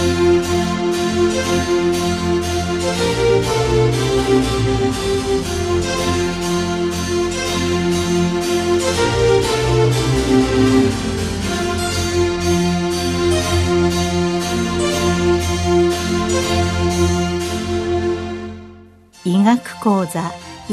医学講座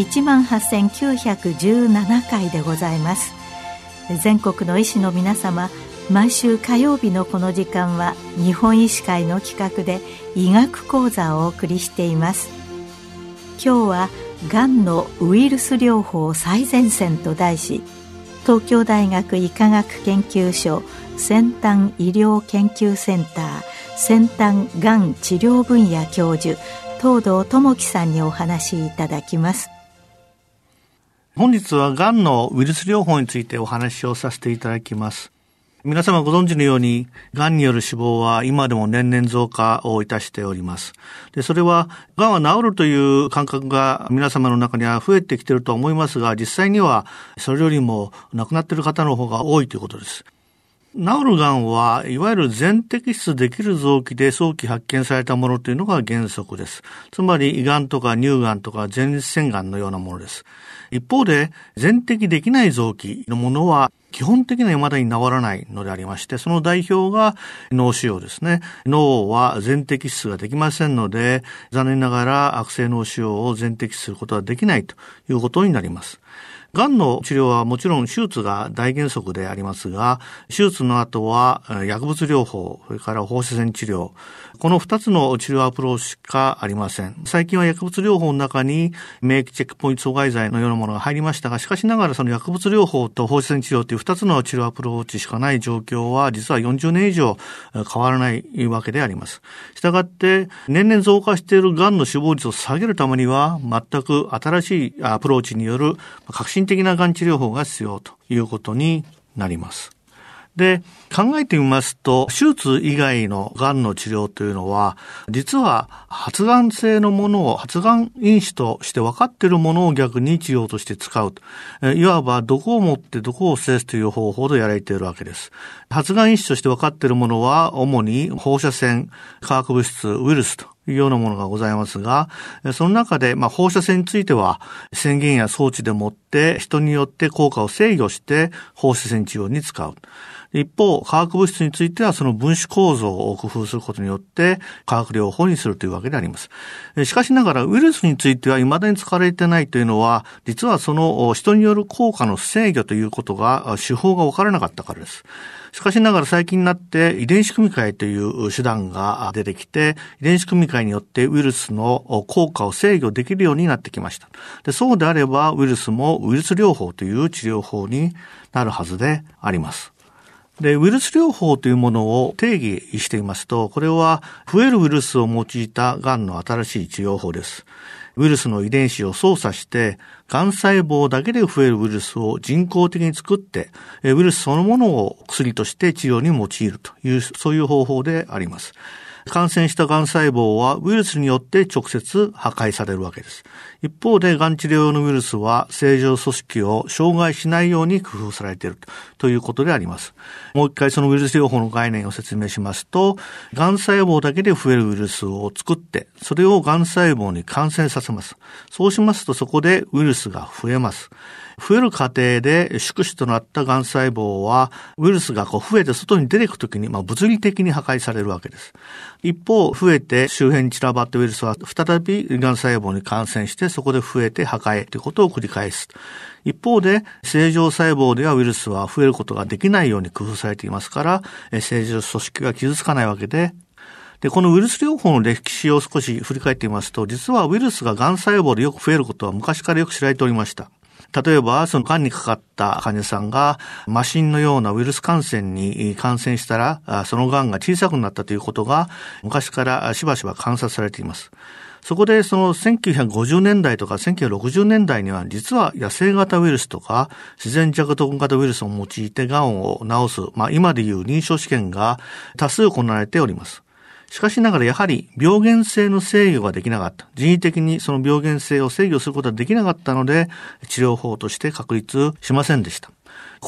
18,917回でございます。全国の医師の皆様、毎週火曜日のこの時間は日本医師会の企画で医学講座をお送りしています。今日はがんのウイルス療法最前線と題し、東京大学医科学研究所先端医療研究センター先端がん治療分野教授東堂智樹さんにお話しいただきます。 本日はがんのウイルス療法についてお話をさせていただきます。皆様ご存知のように、がんによる死亡は今でも年々増加をいたしております。で、それは、がんは治るという感覚が皆様の中には増えてきていると思いますが、実際にはそれよりも亡くなっている方の方が多いということです。治るがんはいわゆる全摘出できる臓器で早期発見されたものというのが原則です。つまり胃がんとか乳がんとか前立腺がんのようなものです。一方で全摘できない臓器のものは基本的には未だに治らないのでありまして、その代表が脳腫瘍ですね。脳は全摘出ができませんので、残念ながら悪性脳腫瘍を全摘出することはできないということになります。がんの治療はもちろん手術が大原則でありますが、手術の後は薬物療法、それから放射線治療、この2つの治療アプローチしかありません。最近は薬物療法の中に免疫チェックポイント阻害剤のようなものが入りましたが、しかしながらその薬物療法と放射線治療という2つの治療アプローチしかない状況は実は40年以上変わらないわけであります。したがって年々増加しているがんの死亡率を下げるためには全く新しいアプローチによる革新的ながん治療法が必要ということになります。で、考えてみますと、手術以外のがんの治療というのは、実は発がん性のものを、発がん因子として分かっているものを逆に治療として使うと。いわば、どこを持ってどこを制すという方法でやられているわけです。発がん因子として分かっているものは、主に放射線、化学物質、ウイルスというようなものがございますが、その中で、放射線については、宣言や装置でもって人によって効果を制御して放射線治療に使う。一方、化学物質についてはその分子構造を工夫することによって化学療法にするというわけであります。しかしながらウイルスについては未だに使われていないというのは、実はその人による効果の制御ということが、手法が分からなかったからです。しかしながら最近になって遺伝子組み換えという手段が出てきて、遺伝子組み換えによってウイルスの効果を制御できるようになってきました。で、そうであればウイルスもウイルス療法という治療法になるはずであります。で、ウイルス療法というものを定義していますと、これは増えるウイルスを用いたがんの新しい治療法です。ウイルスの遺伝子を操作して、がん細胞だけで増えるウイルスを人工的に作って、ウイルスそのものを薬として治療に用いるという、そういう方法であります。感染したがん細胞はウイルスによって直接破壊されるわけです。一方でがん治療用のウイルスは正常組織を傷害しないように工夫されているということであります。もう一回そのウイルス療法の概念を説明しますと、がん細胞だけで増えるウイルスを作って、それをがん細胞に感染させます。そうしますとそこでウイルスが増えます。増える過程で宿主となったがん細胞はウイルスが増えて外に出ていくときに物理的に破壊されるわけです。一方、増えて周辺に散らばったウイルスは再びがん細胞に感染してそこで増えて破壊ということを繰り返す。一方で正常細胞ではウイルスは増えることができないように工夫されていますから正常組織が傷つかないわけで、このウイルス療法の歴史を少し振り返ってみますと、実はウイルスががん細胞でよく増えることは昔からよく知られておりました。例えば、その癌にかかった患者さんが麻疹のようなウイルス感染に感染したら、その癌が小さくなったということが昔からしばしば観察されています。そこでその1950年代とか1960年代には実は野生型ウイルスとか自然弱毒型ウイルスを用いて癌を治す、今でいう臨床試験が多数行われております。しかしながらやはり病原性の制御ができなかった。人為的にその病原性を制御することができなかったので、治療法として確立しませんでした。この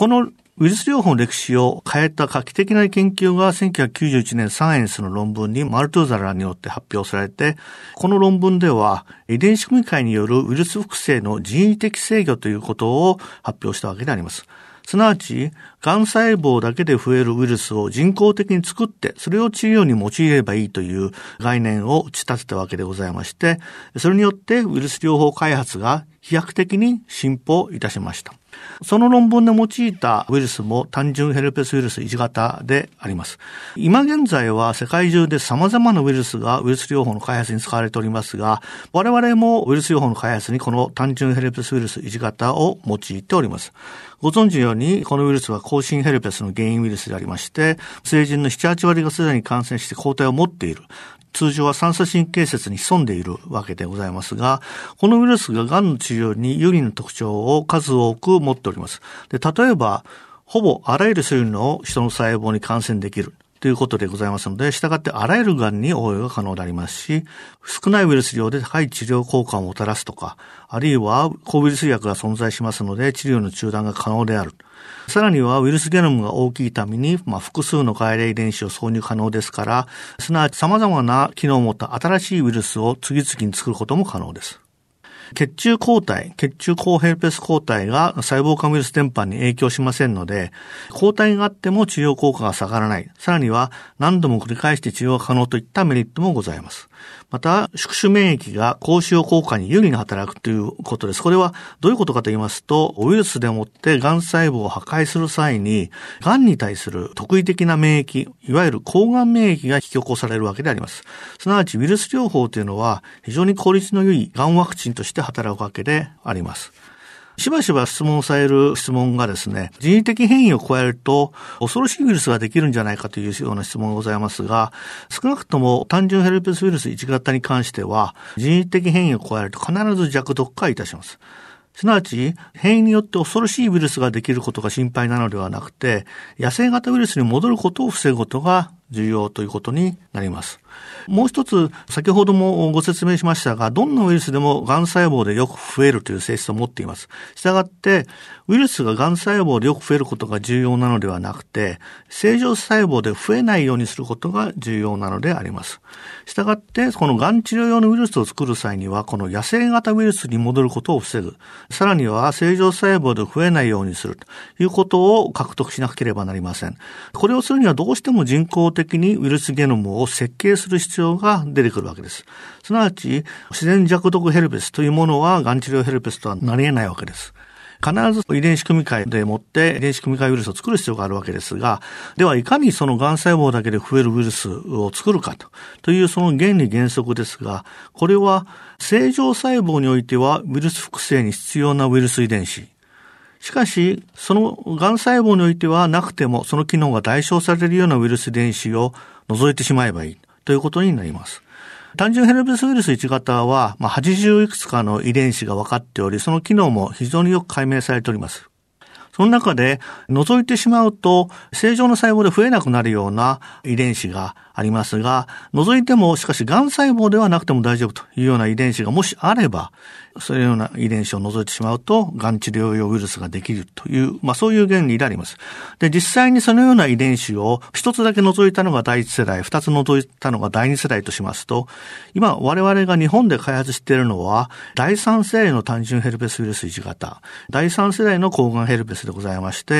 ウイルス療法の歴史を変えた画期的な研究が1991年サイエンスの論文にマルトゥーザラによって発表されて、この論文では遺伝子組み換えによるウイルス複製の人為的制御ということを発表したわけであります。すなわち、癌細胞だけで増えるウイルスを人工的に作って、それを治療に用いればいいという概念を打ち立てたわけでございまして、それによってウイルス療法開発が飛躍的に進歩いたしました。その論文で用いたウイルスも単純ヘルペスウイルス1型であります。今現在は世界中で様々なウイルスがウイルス療法の開発に使われておりますが、我々もウイルス療法の開発にこの単純ヘルペスウイルス1型を用いております。ご存知のように、このウイルスは口唇ヘルペスの原因ウイルスでありまして、成人の7、8割がすでに感染して抗体を持っている。通常は三叉神経節に潜んでいるわけでございますが、このウイルスが癌の治療に有利な特徴を数多く持っております。で、例えば、ほぼあらゆる種類の人の細胞に感染できるということでございますので、したがってあらゆる癌に応用が可能でありますし、少ないウイルス量で高い治療効果をもたらすとか、あるいは抗ウイルス薬が存在しますので治療の中断が可能である。さらにはウイルスゲノムが大きいために、複数の外来遺伝子を挿入可能ですから、すなわち様々な機能を持った新しいウイルスを次々に作ることも可能です。血中抗体、血中抗ヘルペス抗体が細胞間ウイルス伝播に影響しませんので、抗体があっても治療効果が下がらない。さらには何度も繰り返して治療が可能といったメリットもございます。また、宿主免疫が抗腫瘍効果に有利に働くということです。これはどういうことかと言いますと、ウイルスでもって癌細胞を破壊する際に、癌に対する特異的な免疫、いわゆる抗がん免疫が引き起こされるわけであります。すなわちウイルス療法というのは非常に効率の良い癌ワクチンとして働くわけであります。しばしば質問される質問がですね、人為的変異を加えると恐ろしいウイルスができるんじゃないかというような質問がございますが、少なくとも単純ヘルペスウイルス1型に関しては人為的変異を加えると必ず弱毒化いたします。すなわち変異によって恐ろしいウイルスができることが心配なのではなくて、野生型ウイルスに戻ることを防ぐことが重要ということになります。もう一つ、先ほどもご説明しましたが、どんなウイルスでも癌細胞でよく増えるという性質を持っています。したがって、ウイルスが癌細胞でよく増えることが重要なのではなくて、正常細胞で増えないようにすることが重要なのであります。したがって、この癌治療用のウイルスを作る際には、この野生型ウイルスに戻ることを防ぐ。さらには、正常細胞で増えないようにするということを獲得しなければなりません。これをするにはどうしても人工的にウイルスゲノムを設計する必要が出てくるわけです。すなわち、自然弱毒ヘルペスというものはがん治療ヘルペスとはなり得ないわけです。必ず遺伝子組み換えでもって遺伝子組み換えウイルスを作る必要があるわけですが、ではいかにそのがん細胞だけで増えるウイルスを作るかというその原理原則ですが、これは正常細胞においてはウイルス複製に必要なウイルス遺伝子、しかし、その癌細胞においてはなくても、その機能が代償されるようなウイルス遺伝子を除いてしまえばいいということになります。単純ヘルペスウイルス1型は、80いくつかの遺伝子が分かっており、その機能も非常によく解明されております。その中で、除いてしまうと、正常の細胞で増えなくなるような遺伝子がありますが、除いても、しかし、癌細胞ではなくても大丈夫というような遺伝子がもしあれば、そういうような遺伝子を除いてしまうと、癌治療用ウイルスができるという、そういう原理であります。で、実際にそのような遺伝子を一つだけ除いたのが第一世代、二つ除いたのが第二世代としますと、今我々が日本で開発しているのは、第三世代の単純ヘルペスウイルス1型、第三世代の抗がんヘルペスでございまして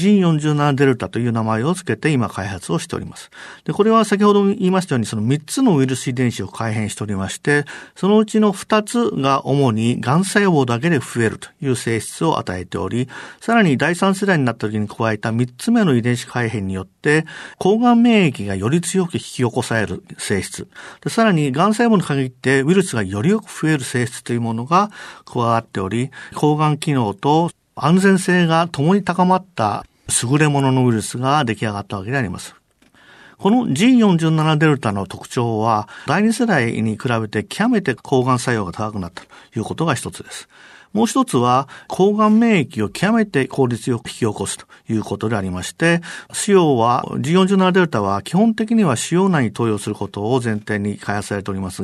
、G47 デルタという名前をつけて今開発をしております。で、これは先ほど言いましたように、その3つのウイルス遺伝子を改変しておりまして、そのうちの2つが主に癌細胞だけで増えるという性質を与えており、さらに第3世代になった時に加えた3つ目の遺伝子改変によって、抗がん免疫がより強く引き起こされる性質。で、さらに癌細胞に限ってウイルスがよりよく増える性質というものが加わっており、抗がん機能と安全性が共に高まった優れもののウイルスが出来上がったわけであります。この G47 デルタの特徴は、第2世代に比べて極めて抗がん作用が高くなったということが一つです。もう一つは、抗がん免疫を極めて効率よく引き起こすということでありまして、腫瘍は、G47 デルタは基本的には腫瘍内に投与することを前提に開発されておりますが、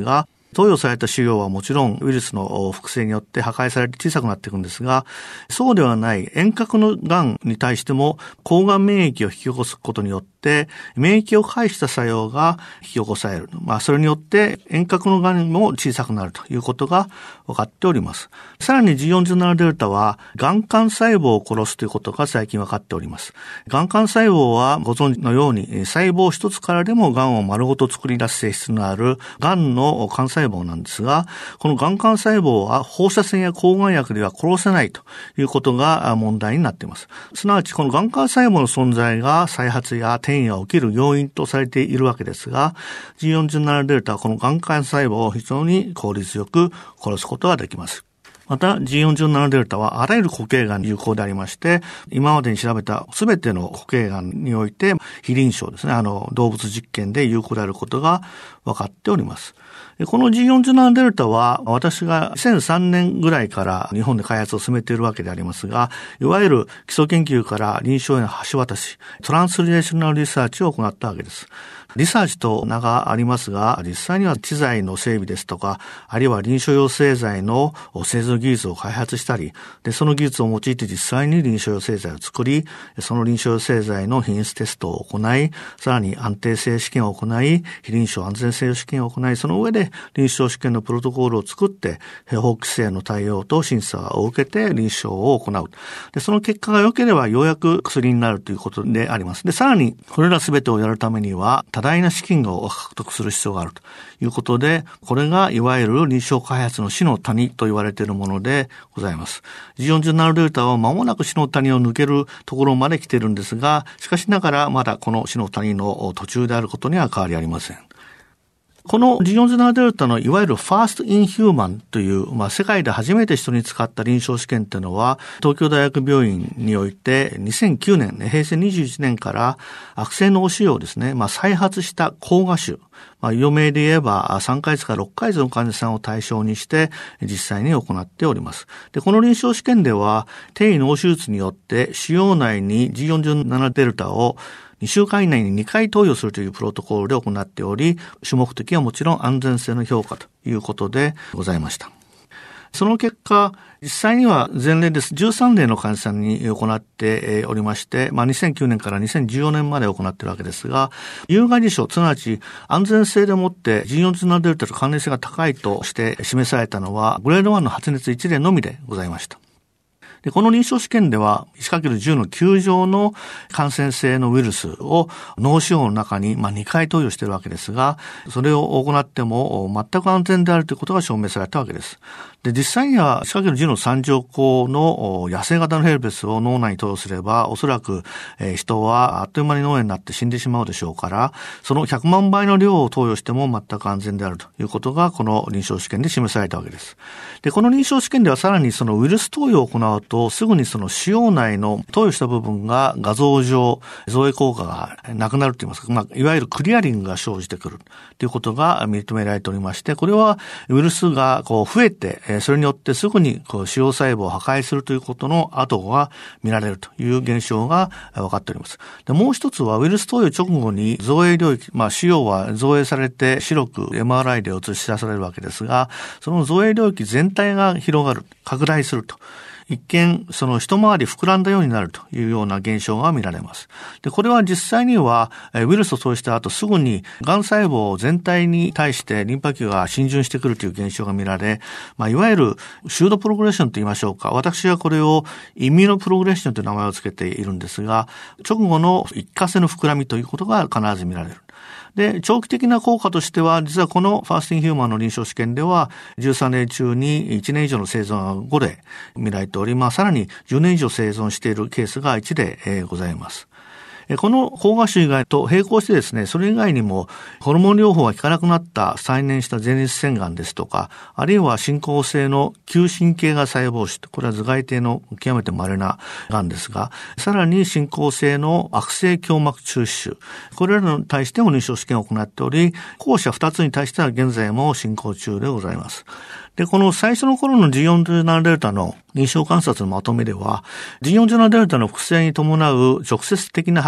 投与された腫瘍はもちろんウイルスの複製によって破壊されて小さくなっていくんですが、そうではない遠隔の癌に対しても抗がん免疫を引き起こすことによって免疫を介した作用が引き起こされる。それによって遠隔の癌も小さくなるということが分かっております。さらに G47 デルタは癌幹細胞を殺すということが最近分かっております。癌幹細胞はご存知のように細胞一つからでも癌を丸ごと作り出す性質のある癌の幹細胞なんですが、この癌幹細胞は放射線や抗がん薬では殺せないということが問題になっています。すなわちこの癌幹細胞の存在が再発や転移が起きる要因とされているわけですが、G47 デルタはこの癌幹細胞を非常に効率よく殺すことができます。また G47 デルタはあらゆる固形がんに有効でありまして、今までに調べたすべての固形がんにおいて非臨床ですね、動物実験で有効であることが分かっております。この G47 デルタは私が2003年ぐらいから日本で開発を進めているわけでありますが、いわゆる基礎研究から臨床への橋渡し、トランスレーショナルリサーチを行ったわけです。リサーチと名がありますが、実際には知財の整備ですとか、あるいは臨床用製剤の製造技術を開発したり、でその技術を用いて実際に臨床用製剤を作り、その臨床用製剤の品質テストを行い、さらに安定性試験を行い、非臨床安全性試験を行い、その上で臨床試験のプロトコールを作って、法規制の対応と審査を受けて臨床を行う。でその結果が良ければようやく薬になるということであります。でさらにこれら全てをやるためには多大な資金を獲得する必要があるということで、これがいわゆる臨床開発の死の谷と言われているものでございます。G47 デルタは間もなく死の谷を抜けるところまで来ているんですが、しかしながらまだこの死の谷の途中であることには変わりありません。この G47 デルタのいわゆるファーストインヒューマンという、世界で初めて人に使った臨床試験というのは、東京大学病院において2009年、平成21年から悪性脳腫瘍をですね、再発した膠芽腫、余命で言えば3ヶ月から6ヶ月の患者さんを対象にして実際に行っております。で、この臨床試験では、転移脳手術によって腫瘍内に G47 デルタを2週間以内に2回投与するというプロトコルで行っており、主目的はもちろん安全性の評価ということでございました。その結果、実際には前例です。13例の患者さんに行っておりまして、2009年から2014年まで行っているわけですが、有害事象、すなわち安全性でもって G47 デルタと関連性が高いとして示されたのは、グレード1の発熱1例のみでございました。でこの臨床試験では 1×10 の9乗の感染性のウイルスを脳腫瘍の中に2回投与しているわけですが、それを行っても全く安全であるということが証明されたわけです。で実際には 1×10 の3乗項の野生型のヘルペスを脳内に投与すれば、おそらく人はあっという間に脳炎になって死んでしまうでしょうから、その100万倍の量を投与しても全く安全であるということがこの臨床試験で示されたわけです。でこの臨床試験ではさらにそのウイルス投与を行うと、すぐにその腫瘍内の投与した部分が画像上造影効果がなくなるといいますか、いわゆるクリアリングが生じてくるということが認められておりまして、これはウイルスが増えて、それによってすぐに腫瘍細胞を破壊するということの跡が見られるという現象が分かっております。でもう一つはウイルス投与直後に造影領域、腫瘍は造影されて白く MRI で映し出されるわけですが、その造影領域全体が広がる、拡大すると。一見、その一回り膨らんだようになるというような現象が見られます。で、これは実際には、ウイルスを投与した後すぐに癌細胞全体に対してリンパ球が浸潤してくるという現象が見られ、いわゆるシュードプログレッションと言いましょうか。私はこれをイミュノプログレッションという名前をつけているんですが、直後の一過性の膨らみということが必ず見られる。で、長期的な効果としては、実はこのファーストインヒューマンの臨床試験では、13例中に1年以上の生存が5例見られており、さらに10年以上生存しているケースが1例ございます。この膠芽腫以外と並行してですね、それ以外にもホルモン療法が効かなくなった再燃した前立腺がんですとか、あるいは進行性の嗅神経芽細胞腫、これは頭蓋底の極めて稀ながんですが、さらに進行性の悪性胸膜中止腫、これらに対しても臨床試験を行っており、後者2つに対しては現在も進行中でございます。で、この最初の頃の G47 デルタの臨床観察のまとめでは、G47 デルタの複製に伴う直接的な破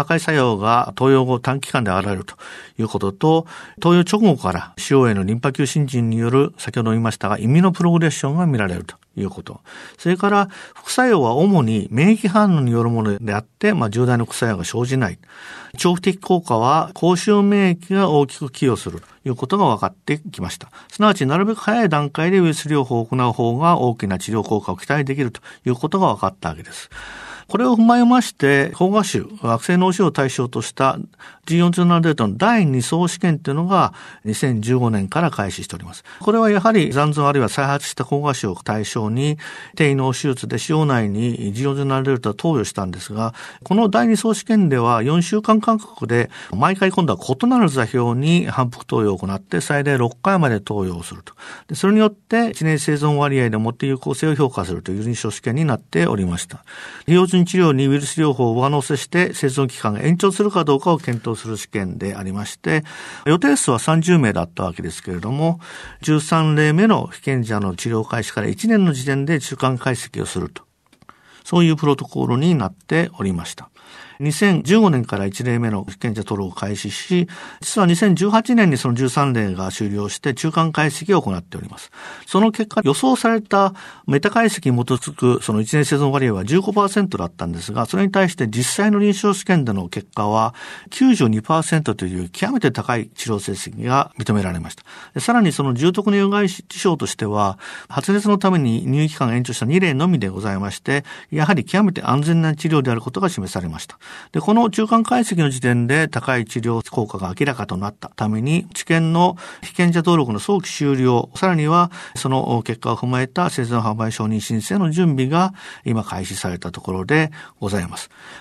高い作用が投与後短期間で現れるということと、投与直後から腫瘍へのリンパ球浸潤による、先ほど言いましたが、イミュノプログレッションが見られるということ。それから副作用は主に免疫反応によるものであって、重大な副作用が生じない。長期的効果は公衆免疫が大きく寄与するということが分かってきました。すなわちなるべく早い段階でウイルス療法を行う方が大きな治療効果を期待できるということが分かったわけです。これを踏まえまして、膠芽腫、悪性脳腫瘍を対象とした G40 データの第2相試験というのが2015年から開始しております。これはやはり残存あるいは再発した膠芽腫を対象に低脳手術で腫瘍内に G40 データを投与したんですが、この第2相試験では4週間間隔で毎回今度は異なる座標に反復投与を行って最大6回まで投与をすると。でそれによって1年生存割合でもって有効性を評価するという臨床試験になっておりました。標準治療にウイルス療法を上乗せして生存期間が延長するかどうかを検討する試験でありまして、予定数は30名だったわけですけれども、13例目の被験者の治療開始から1年の時点で中間解析をすると。そういうプロトコルになっておりました。2015年から1例目の被験者登録を開始し、実は2018年にその13例が終了して中間解析を行っております。その結果、予想されたメタ解析に基づくその1年生存割合は 15% だったんですが、それに対して実際の臨床試験での結果は 92% という極めて高い治療成績が認められました。さらにその重篤な有害事象としては、発熱のために入院期間が延長した2例のみでございまして、やはり極めて安全な治療であることが示されました。で、この中間解析の時点で高い治療効果が明らかとなったために、治験の被験者登録の早期終了、さらにはその結果を踏まえた生存販売承認申請の準備が今開始されたところでございます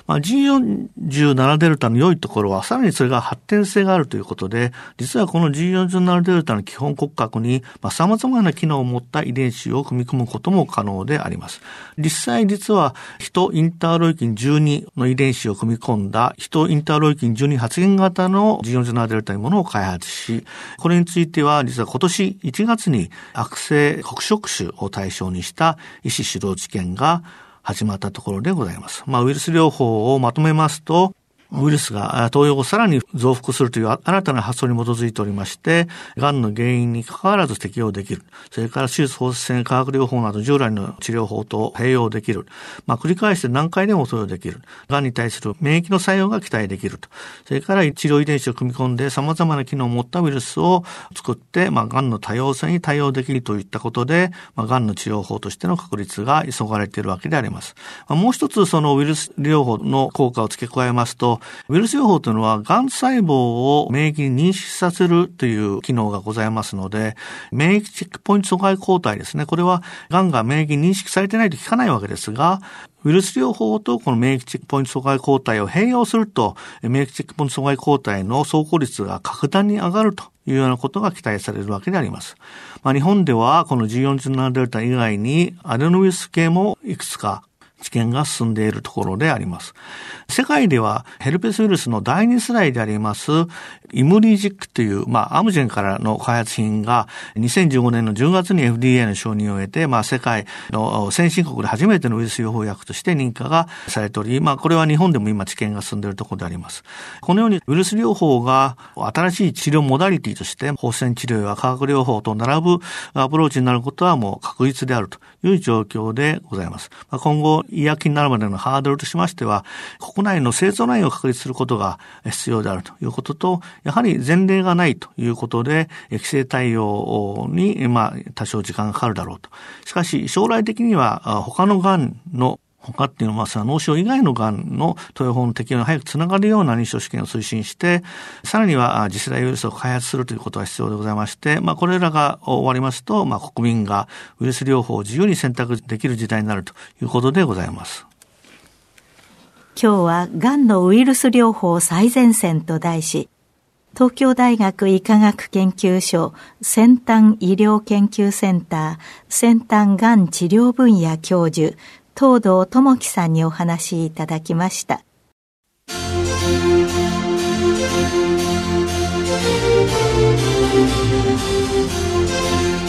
。G47 デルタの良いところは、さらにそれが発展性があるということで、実はこの G47 デルタの基本骨格に様々な機能を持った遺伝子を組み込むことも可能であります。実はヒトインターロイキン12の遺伝子を組み込んだヒトインターロイキン12発現型の G47 デルタというものを開発し、これについては実は今年1月に悪性黒色腫を対象にした医師主導治験が始まったところでございます。ウイルス療法をまとめますと、ウイルスが投与後さらに増幅するという新たな発想に基づいておりまして、癌の原因に関わらず適用できる。それから手術放射線化学療法など従来の治療法と併用できる。繰り返して何回でも投与できる。癌に対する免疫の作用が期待できると。それから治療遺伝子を組み込んで様々な機能を持ったウイルスを作って、癌の多様性に対応できるといったことで、癌の治療法としての確立が急がれているわけであります。もう一つそのウイルス療法の効果を付け加えますと、ウイルス療法というのは、癌細胞を免疫に認識させるという機能がございますので、免疫チェックポイント阻害抗体ですね。これは、癌が免疫に認識されてないと効かないわけですが、ウイルス療法とこの免疫チェックポイント阻害抗体を併用すると、免疫チェックポイント阻害抗体の走行率が格段に上がるというようなことが期待されるわけであります。日本では、この G47 デルタ以外に、アデノウイルス系もいくつか治験が進んでいるところであります。世界ではヘルペスウイルスの第2世代でありますイムリジックという、アムジェンからの開発品が2015年の10月に FDA の承認を得て、世界の先進国で初めてのウイルス療法薬として認可がされており、これは日本でも今治験が進んでいるところであります。このようにウイルス療法が新しい治療モダリティとして放射線治療や化学療法と並ぶアプローチになることはもう確実であるという状況でございます。今後医薬品になるまでのハードルとしましては、国内の製造ラインを確立することが必要であるということと、やはり前例がないということで、規制対応に多少時間がかかるだろうと。しかし将来的には他の癌の他っていうのは脳腫瘍以外の癌の投与法の適用に早くつながるような臨床試験を推進して、さらには次世代ウイルスを開発するということが必要でございまして、これらが終わりますと、国民がウイルス療法を自由に選択できる時代になるということでございます。 今日はがんのウイルス療法最前線と題し、東京大学医科学研究所先端医療研究センター先端がん治療分野教授東堂智樹さんにお話しいただきました。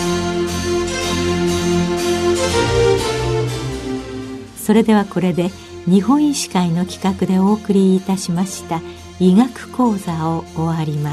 それではこれで日本医師会の企画でお送りいたしました医学講座を終わります。